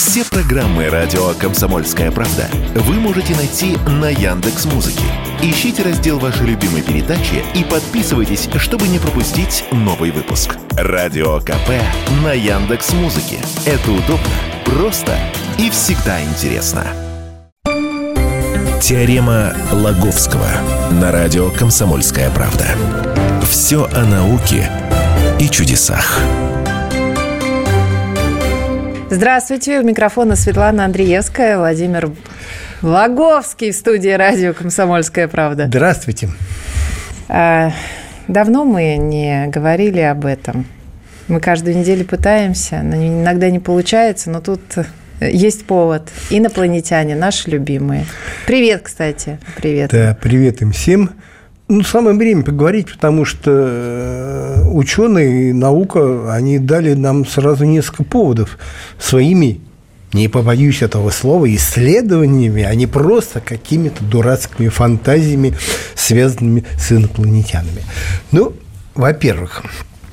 Все программы радио «Комсомольская правда» вы можете найти на Яндекс.Музыке. Ищите раздел вашей любимой передачи и подписывайтесь, чтобы не пропустить новый выпуск. Радио КП на Яндекс.Музыке. Это удобно, просто и всегда интересно. Теорема Лаговского на радио «Комсомольская правда». Все о науке и чудесах. Здравствуйте, у микрофона Светлана Андреевская, Владимир Лаговский в студии радио «Комсомольская правда». Здравствуйте. Давно мы не говорили об этом. Мы каждую неделю пытаемся, но иногда не получается, но тут есть повод. Инопланетяне, наши любимые. Привет, кстати. Привет. Да, привет им всем. Самое время поговорить, потому что ученые и наука, они дали нам сразу несколько поводов своими, не побоюсь этого слова, исследованиями, а не просто какими-то дурацкими фантазиями, связанными с инопланетянами. Во-первых,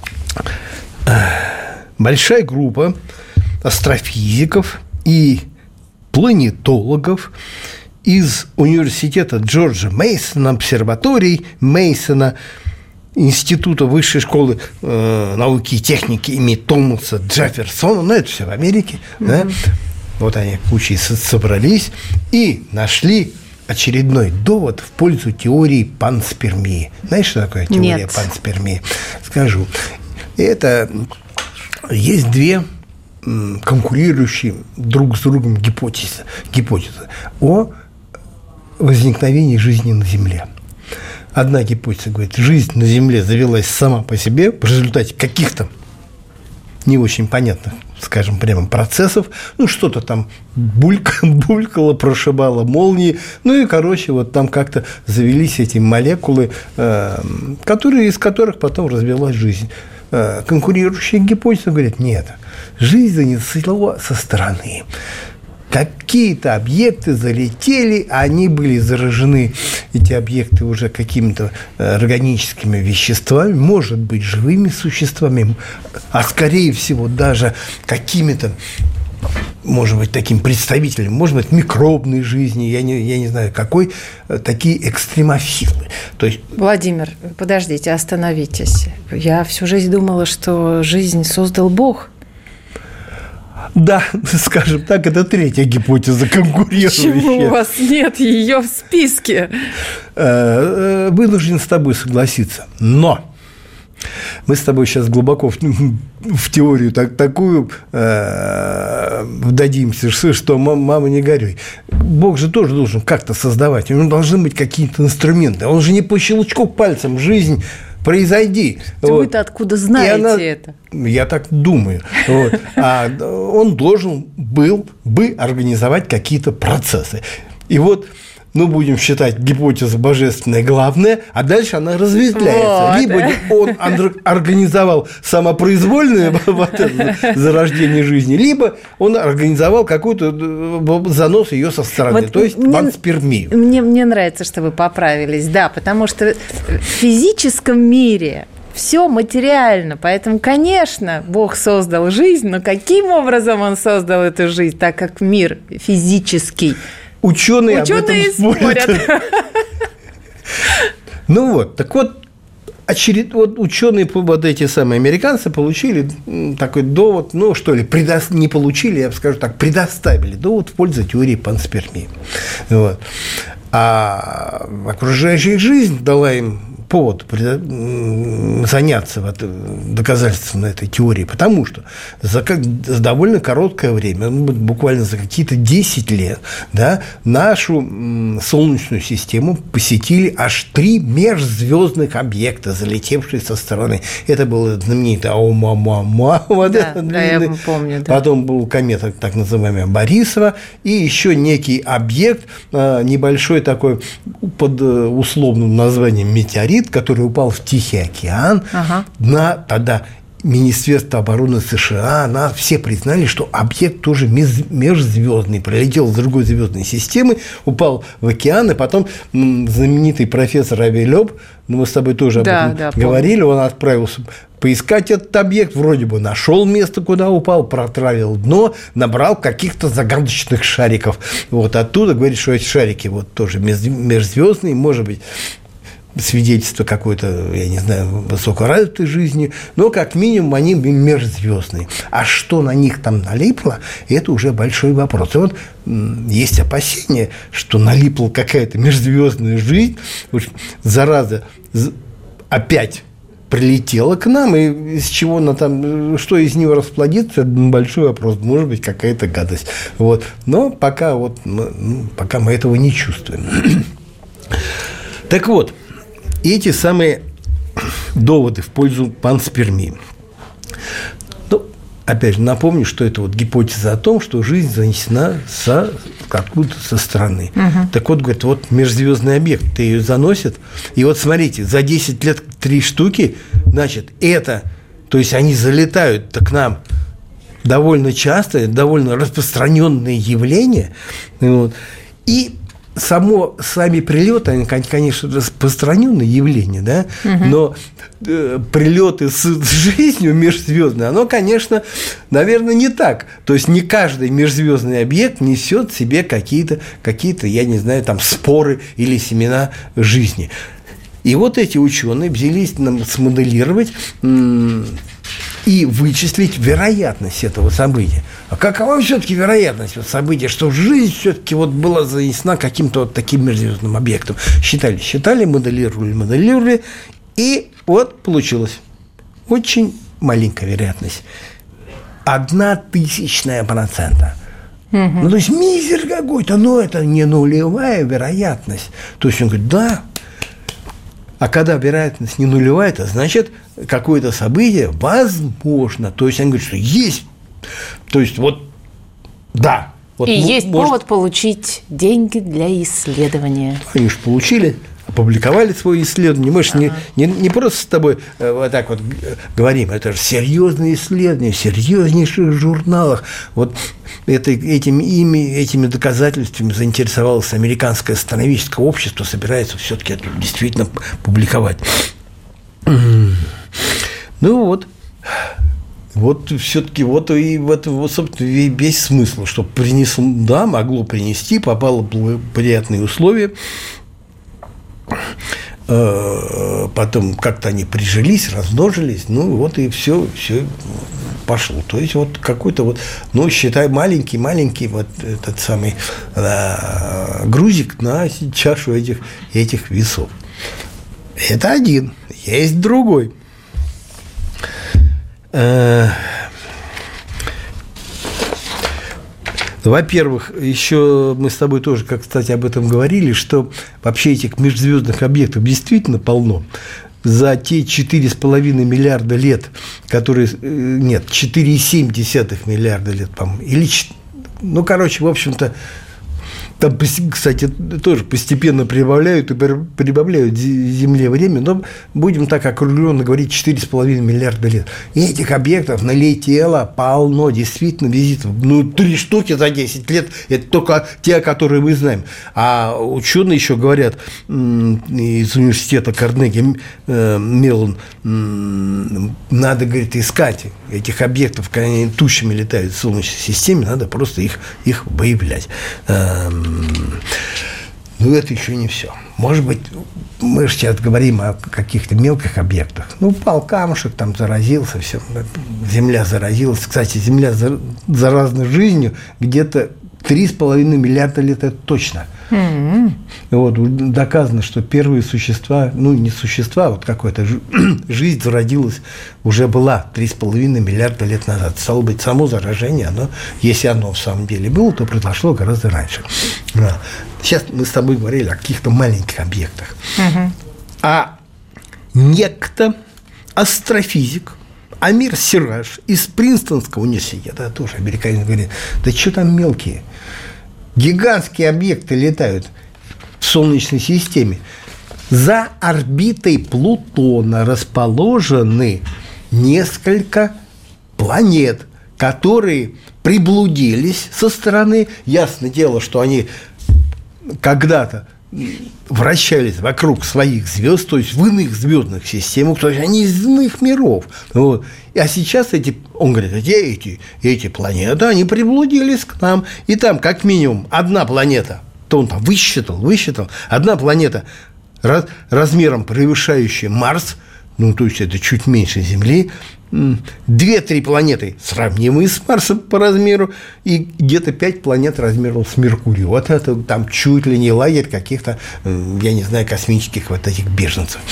большая группа астрофизиков и планетологов из университета Джорджа Мейсона, обсерваторий Мейсона, Института высшей школы науки и техники имени Томаса Джефферсона, это все в Америке, да? Вот они кучей собрались и нашли очередной довод в пользу теории панспермии. Знаешь, что такое теория панспермии? Скажу. Это есть две конкурирующие друг с другом гипотезы о возникновении жизни на Земле. Одна гипотеза говорит, жизнь на Земле завелась сама по себе в результате каких-то не очень понятных, скажем, прямо процессов, что-то там булькало, прошибало молнии, вот там как-то завелись эти молекулы, из которых потом развилась жизнь. Конкурирующая гипотеза говорит, нет, жизнь занесла со стороны. Какие-то объекты залетели, они были заражены, эти объекты, уже какими-то органическими веществами, может быть, живыми существами, а скорее всего даже какими-то, может быть, таким представителем, может быть, микробной жизни, я не знаю какой, такие экстремофилы. То есть... Владимир, подождите, остановитесь. Я всю жизнь думала, что жизнь создал Бог. Да, скажем так, это третья гипотеза конкурирующая. Почему у вас нет ее в списке? Вынужден с тобой согласиться, но мы с тобой сейчас глубоко в теорию такую вдадимся, что мама не горюй. Бог же тоже должен как-то создавать, у него должны быть какие-то инструменты. Он же не по щелчку пальцем жизнь произойди. Вы-то откуда знаете это? Я так думаю. А он должен был бы организовать какие-то процессы. И будем считать гипотезу божественная главная, а дальше она разветвляется. Либо он организовал самопроизвольное зарождение жизни, либо он организовал какой-то занос ее со стороны, то есть панспермию. Мне нравится, что вы поправились, да, потому что в физическом мире все материально, поэтому, конечно, Бог создал жизнь, но каким образом он создал эту жизнь, так как мир физический? Ученые об этом спорят. Ученые, эти самые американцы, получили такой довод, не получили, я бы скажу так, предоставили довод в пользу теории панспермии. А окружающая жизнь дала им повод заняться доказательством этой теории, потому что за довольно короткое время, буквально за какие-то 10 лет, да, нашу Солнечную систему посетили аж 3 межзвездных объекта, залетевшие со стороны. Это было знаменитое Оumuamua, я помню, да. Потом был комета, так называемая, Борисова, и еще некий объект, небольшой такой, под условным названием метеорит, который упал в Тихий океан, тогда Министерство обороны США, все признали, что объект тоже межзвездный, пролетел с другой звездной системы, упал в океан, и потом знаменитый профессор Авилёб, мы с тобой тоже об этом говорили, он отправился поискать этот объект, вроде бы нашел место, куда упал, протравил дно, набрал каких-то загадочных шариков. Вот оттуда говорит, что эти шарики вот тоже межзвездные, может быть, свидетельство какой-то, я не знаю, высокоразвитой жизни, но как минимум они межзвездные. А что на них там налипло, это уже большой вопрос. И вот есть опасения, что налипла какая-то межзвездная жизнь, зараза опять прилетела к нам, и из чего она там, что из нее расплодится, это большой вопрос, может быть, какая-то гадость. Вот. Но пока мы этого не чувствуем. Так вот, эти самые доводы в пользу панспермии. Ну, опять же, напомню, что это вот гипотеза о том, что жизнь занесена откуда-то со стороны. Так вот, говорит, вот межзвездный объект, ее заносят, и вот смотрите, за 10 лет 3 штуки, значит, то есть они залетают к нам довольно часто, довольно распространенные явления, вот, и сами прилеты, они, конечно, распространенное явление, да, но прилеты с жизнью межзвездной, оно, конечно, наверное, не так. То есть не каждый межзвездный объект несет в себе какие-то, я не знаю, там споры или семена жизни. И вот эти ученые взялись смоделировать и вычислить вероятность этого события. А какова все-таки вероятность события, что жизнь все-таки вот была занесена каким-то вот таким межзвездным объектом? Считали, моделировали, и вот получилось. Очень маленькая вероятность. 0,01%. Ну, то есть мизер какой-то, но это не нулевая вероятность. То есть он говорит, да. А когда вероятность не нулевая, это значит, какое-то событие возможно. То есть он говорит, что есть. То есть вот, да. Вот и есть повод получить деньги для исследования. Они же получили, опубликовали свое исследование. Мы же не просто с тобой вот так вот говорим, это же серьезные исследования в серьезнейших журналах. Вот этими доказательствами заинтересовалось американское астрономическое общество, собирается все-таки это действительно публиковать. Ну вот. Вот все-таки вот и в этом, собственно, весь смысл, что могло принести, попало в благоприятные условия. Потом как-то они прижились, размножились, ну вот и все пошло. То есть вот какой-то вот, считай, маленький вот этот самый грузик на чашу этих весов. Это один, есть другой. Во-первых, еще мы с тобой тоже, кстати, об этом говорили, что вообще этих межзвездных объектов действительно полно. За те 4,5 миллиарда лет, которые... Нет, 4,7 миллиарда лет, по-моему. Или... в общем-то, там, кстати, тоже постепенно прибавляют Земле время, но будем так округленно говорить, 4,5 миллиарда лет. И этих объектов налетело полно, действительно, визитов. 3 штуки за 10 лет – это только те, которые мы знаем. А ученые еще говорят из университета Карнеги Меллон, надо, говорит, искать этих объектов, когда они тучами летают в Солнечной системе, надо просто их выявлять. Но это еще не все. Может быть, мы же сейчас говорим о каких-то мелких объектах. Упал камушек, там заразился, все, Земля заразилась. Кстати, Земля заразна жизнью где-то 3,5 миллиарда лет, это точно. Вот, доказано, что первые существа, не существа, вот какая-то жизнь зародилась, уже была 3,5 миллиарда лет назад. Стало быть, само заражение, если оно в самом деле было, то произошло гораздо раньше. Сейчас мы с тобой говорили о каких-то маленьких объектах. А некто астрофизик Амир Сираж из Принстонского университета, тоже американец, говорит, да что там мелкие? Гигантские объекты летают в Солнечной системе. За орбитой Плутона расположены несколько планет, которые приблудились со стороны. Ясное дело, что они когда-то вращались вокруг своих звезд, то есть в иных звездных системах, то есть они из иных миров. Вот. А сейчас он говорит, эти планеты, они приблудились к нам, и там как минимум одна планета, то он там высчитал, одна планета размером превышающая Марс, ну, то есть это чуть меньше Земли, 2-3 планеты, сравнимые с Марсом по размеру, и где-то 5 планет размером с Меркурием. Вот это там чуть ли не лагерь каких-то, я не знаю, космических вот этих беженцев.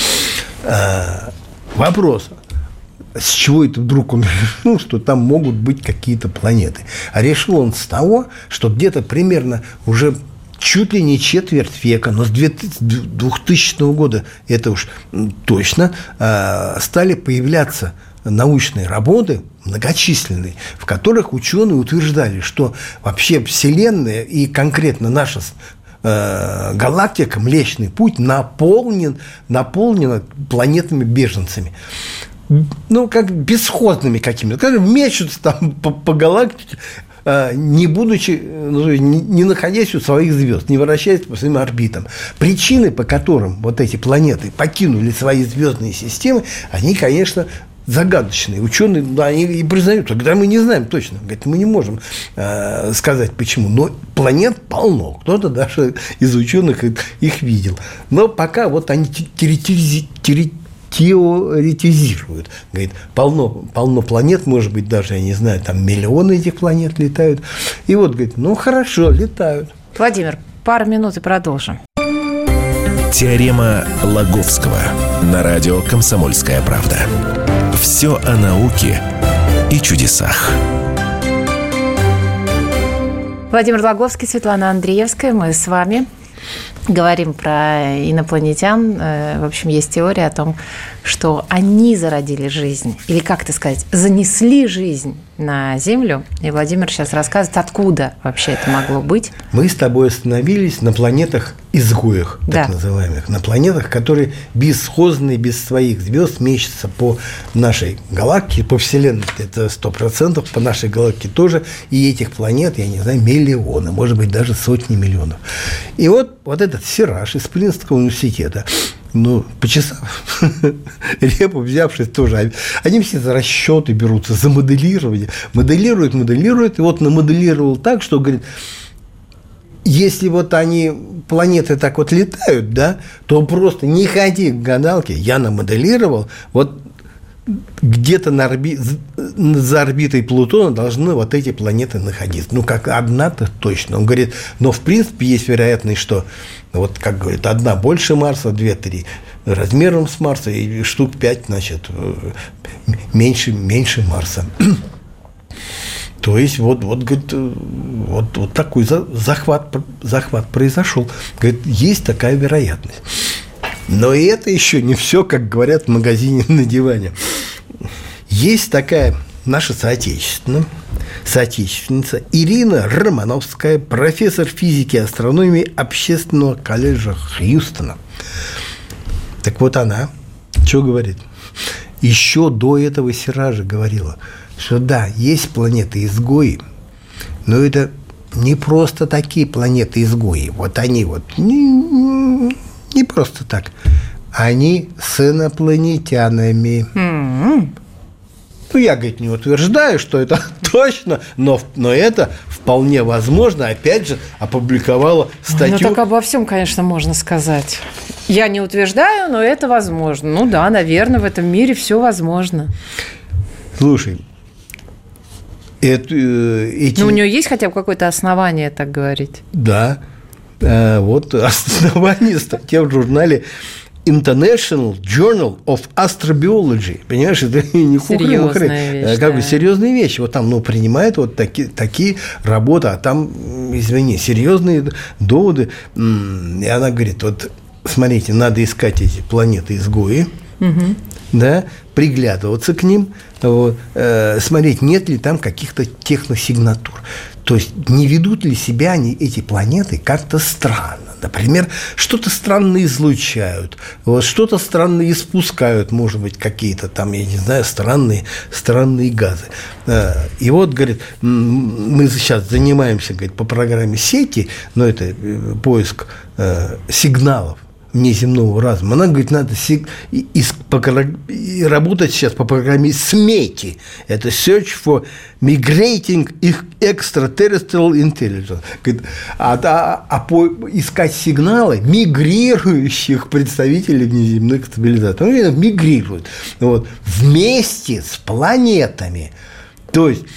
Вопрос. С чего это вдруг он решил, что там могут быть какие-то планеты? А решил он с того, что где-то примерно уже чуть ли не четверть века, но с 2000 года, это уж точно, стали появляться научные работы, многочисленные, в которых ученые утверждали, что вообще Вселенная и конкретно наша галактика, Млечный Путь, наполнена планетами-беженцами. Ну, как бесхозными какими-то, которые мечутся там по галактике, не будучи, не находясь у своих звезд, не вращаясь по своим орбитам. Причины, по которым вот эти планеты покинули свои звездные системы, они, конечно, загадочные. Ученые, они и признают, когда мы не знаем точно, говорят, мы не можем сказать почему, но планет полно, кто-то даже из ученых их видел. Но пока вот они теоретизируют. Говорит, полно планет, может быть, даже, я не знаю, там миллионы этих планет летают. И вот, говорит, ну, хорошо, летают. Владимир, пару минут и продолжим. Теорема Лаговского на радио «Комсомольская правда». Все о науке и чудесах. Владимир Лаговский, Светлана Андреевская. Мы с вами говорим про инопланетян. В общем, есть теория о том, что они зародили жизнь, или, как это сказать, занесли жизнь на Землю. И Владимир сейчас рассказывает, откуда вообще это могло быть. Мы с тобой остановились на планетах-изгоях, так называемых. На планетах, которые бесхозные, без своих звезд, мечутся по нашей галактике, по Вселенной. Это 100%, по нашей галактике тоже. И этих планет, я не знаю, миллионы, может быть, даже сотни миллионов. И вот этот Сираж из Принстонского университета, ну, почесав репу, взявшись тоже, они все за расчеты берутся, за моделирование, моделируют, и вот намоделировал так, что, говорит, если вот планеты так вот летают, да, то просто не ходи к гадалке, я намоделировал, вот где-то за орбитой Плутона должны вот эти планеты находиться. Ну, как одна-то точно. Он говорит, но в принципе есть вероятность, что, вот как говорит, одна больше Марса, 2-3 размером с Марса, и штук 5, значит, меньше Марса. То есть, говорит, вот такой захват произошел. Говорит, есть такая вероятность. Но и это еще не все, как говорят в магазине на диване. Есть такая наша соотечественница Ирина Романовская, профессор физики и астрономии Общественного колледжа Хьюстона. Так вот она, что говорит? Еще до этого Сиража говорила, что да, есть планеты-изгои, но это не просто такие планеты-изгои. Вот они вот не просто так. Они с инопланетянами. Ну, я, говорит, не утверждаю, что это точно, но это вполне возможно. Опять же, опубликовала статью. Ну, так обо всем, конечно, можно сказать. Я не утверждаю, но это возможно. Ну да, наверное, в этом мире все возможно. Слушай, у нее есть хотя бы какое-то основание так говорить? Да. Вот основание статья в журнале International Journal of Astrobiology. Понимаешь, это не хухры-мухры. Как бы серьезные вещи. Вот там, принимают вот такие работы, а там, извини, серьезные доводы. И она говорит, вот смотрите, надо искать эти планеты-изгои, да, приглядываться к ним, вот, смотреть, нет ли там каких-то техносигнатур. То есть не ведут ли себя эти планеты как-то странно. Например, что-то странно излучают, вот, что-то странно испускают, может быть, какие-то там, я не знаю, странные газы. И вот, говорит, мы сейчас занимаемся, говорит, по программе сети, но это поиск сигналов внеземного разума. Она говорит, надо работать сейчас по программе SMETI. Это Search for Migrating Extraterrestrial Intelligence. Говорит, искать сигналы мигрирующих представителей внеземных цивилизаций. Они мигрируют вот, вместе с планетами. То есть,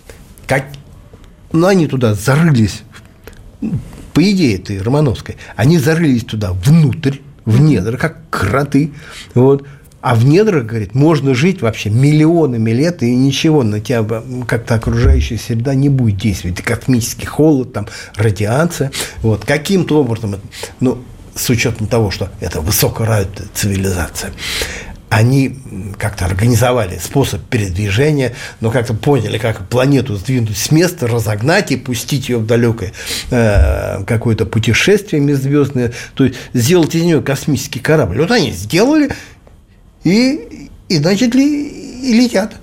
они туда зарылись. По идее этой Романовской, они зарылись туда внутрь, в недра, как кроты. Вот. А в недрах, говорит, можно жить вообще миллионами лет, и ничего на тебя как-то окружающая среда не будет действовать. И космический холод, там, радиация. Вот. Каким-то образом, с учетом того, что это высокоразвитая цивилизация, они как-то организовали способ передвижения, но как-то поняли, как планету сдвинуть с места, разогнать и пустить ее в далекое какое-то путешествие межзвездное, то есть сделать из нее космический корабль. Вот они сделали и значит, летят.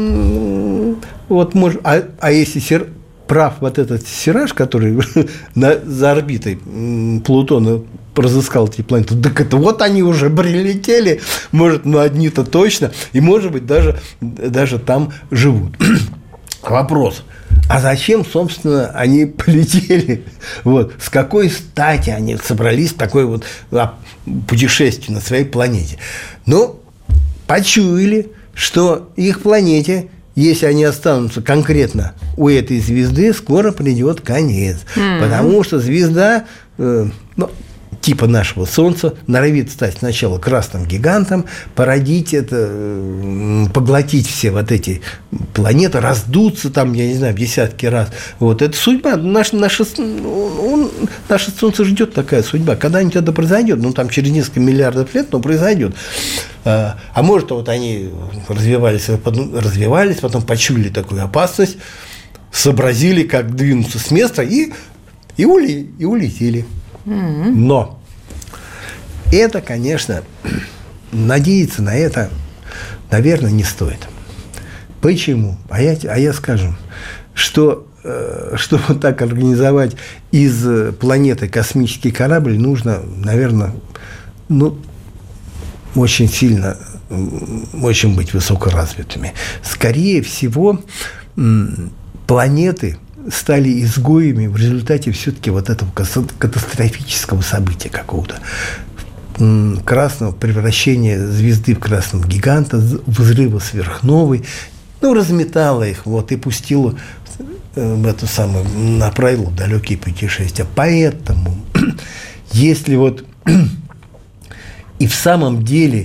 Вот, если прав вот этот Сираж, который за орбитой Плутона разыскал эти планеты, так это вот они уже прилетели, может, одни-то точно, и, может быть, даже там живут. Вопрос, а зачем, собственно, они полетели? Вот, с какой стати они собрались в такое вот путешествие на своей планете? Почуяли, что их планете, если они останутся конкретно у этой звезды, скоро придет конец. Потому что звезда, типа нашего Солнца, норовит стать сначала красным гигантом, породить это, поглотить все вот эти планеты, раздуться там, я не знаю, в десятки раз. Вот, это судьба. Наше Солнце ждет такая судьба. Когда-нибудь это произойдет, там через несколько миллиардов лет, но произойдет. А может, вот они развивались, потом почуяли такую опасность, сообразили, как двинуться с места и улетели. Но это, конечно, надеяться на это, наверное, не стоит. Почему? А я скажу, что чтобы вот так организовать из планеты космический корабль, нужно, наверное, очень сильно, очень быть высокоразвитыми. Скорее всего, планеты стали изгоями в результате все-таки вот этого катастрофического события какого-то. Красного превращения звезды в красного гиганта, взрыва сверхновой, разметала их, и пустила в эту самую, направила в далекие путешествия. Поэтому, если и в самом деле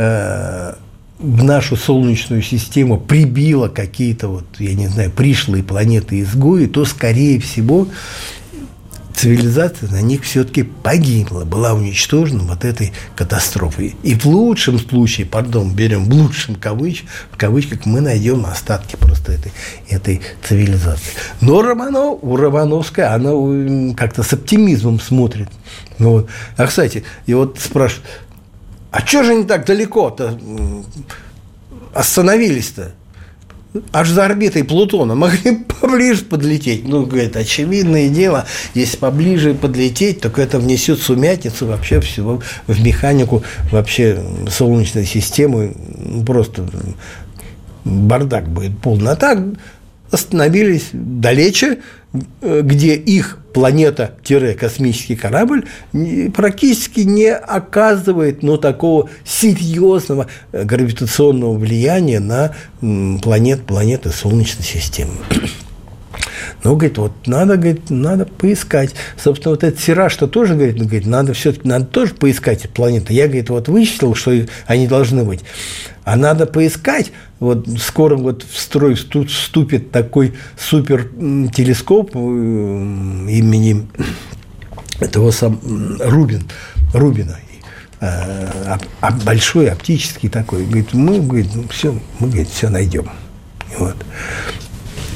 в нашу Солнечную систему прибило какие-то, я не знаю, пришлые планеты-изгои, то, скорее всего, цивилизация на них все-таки погибла, была уничтожена вот этой катастрофой. И в лучшем случае, берем в лучшем в кавычках, мы найдем остатки просто этой цивилизации. Но Романовская, она как-то с оптимизмом смотрит. А, кстати, и спрашивают, а что же они так далеко-то остановились-то? Аж за орбитой Плутона. Могли поближе подлететь. Говорит, очевидное дело, если поближе подлететь, так это внесет сумятицу вообще всего в механику вообще Солнечной системы. Просто бардак будет полный. А так остановились далече, где их планета-космический корабль практически не оказывает такого серьезного гравитационного влияния на планеты Солнечной системы. Говорит, надо поискать. Собственно, этот Сираж-то тоже говорит, надо тоже поискать эти планеты. Я, вычислил, что они должны быть. А надо поискать. Скоро в строй вступит такой супертелескоп имени этого Рубина. Большой, оптический такой. Говорит, мы все найдем.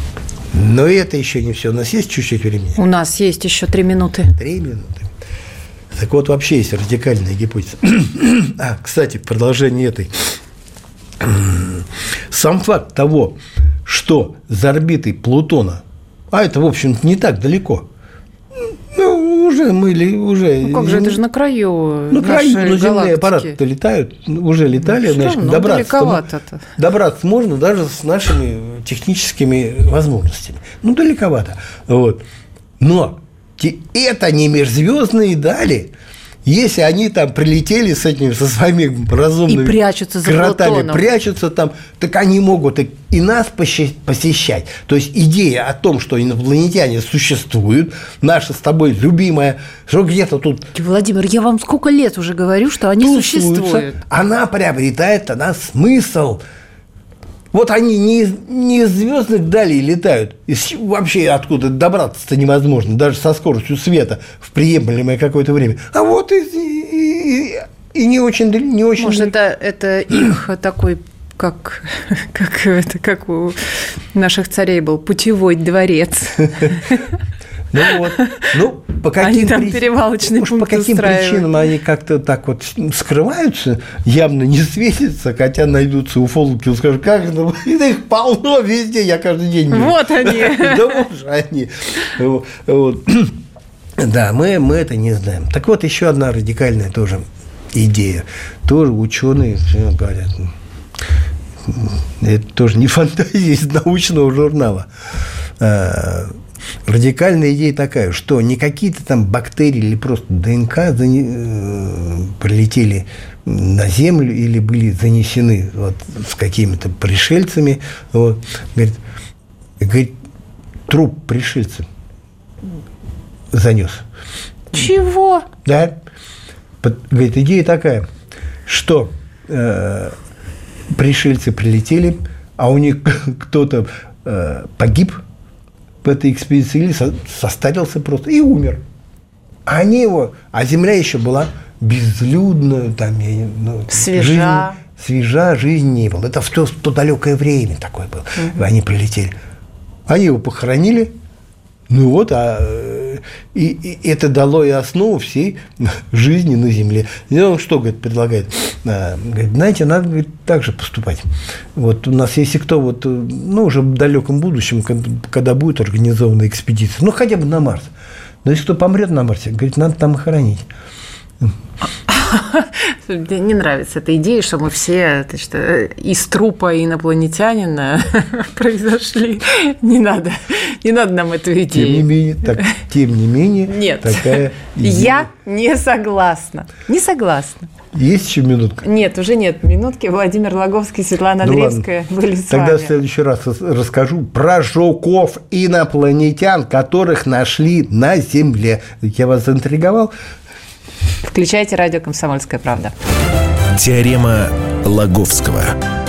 Но это еще не все. У нас есть чуть-чуть времени? У нас есть еще 3 минуты. 3 минуты. Так вот, вообще есть радикальная гипотеза. Кстати, в продолжении этой. Сам факт того, что за орбитой Плутона, а это, в общем-то, не так далеко, уже как же, это же на краю но земные аппараты-то летают, уже летали, значит, добраться можно даже с нашими техническими возможностями. Далековато. Вот. Но это не межзвездные дали. Если они там прилетели со своими разумными и прячутся за кротами, Плутоном, прячутся там, так они могут и нас посещать. То есть идея о том, что инопланетяне существуют, наша с тобой любимая, что где-то тут... Владимир, я вам сколько лет уже говорю, что они существуют. Она приобретает тогда смысл. Вот они не из звездных далей летают. Вообще откуда добраться-то невозможно, даже со скоростью света в приемлемое какое-то время. А вот и не очень. Может, это их такой, как у наших царей был, путевой дворец. По каким они там перевалочный пункт по каким причинам они как-то так вот скрываются, явно не светятся, хотя найдутся уфологи, скажут, как их полно везде, я каждый день вижу. Вот они. Да вот же они. Да, мы это не знаем. Так вот, еще одна радикальная тоже идея. Тоже ученые говорят, это тоже не фантазия из научного журнала. Радикальная идея такая, что не какие-то там бактерии или просто ДНК прилетели на Землю или были занесены вот с какими-то пришельцами. Вот. Говорит, труп пришельца занес. Чего? Да. Говорит, идея такая, что пришельцы прилетели, а у них кто-то погиб в этой экспедиции или состарился просто и умер. А Земля еще была безлюдная, там, свежа, жизни не было. Это в то далекое время такое было. Они прилетели. Они его похоронили. И это дало и основу всей жизни на Земле. И он что, говорит, предлагает? Говорит, знаете, надо, говорит, так же поступать. Вот у нас, если кто, уже в далеком будущем, когда будет организована экспедиция, хотя бы на Марс. Но если кто помрет на Марсе, говорит, надо там хоронить. Мне не нравится эта идея, что мы все из трупа инопланетянина произошли. Не надо нам эту идею. Тем не менее, нет, такая идея. Я не согласна. Есть еще минутка? Нет, уже нет минутки. Владимир Логовский, Светлана Андреевская были с вами. Тогда в следующий раз расскажу про жуков-инопланетян, которых нашли на Земле. Я вас заинтриговал? Включайте радио «Комсомольская правда». Теорема Лаговского.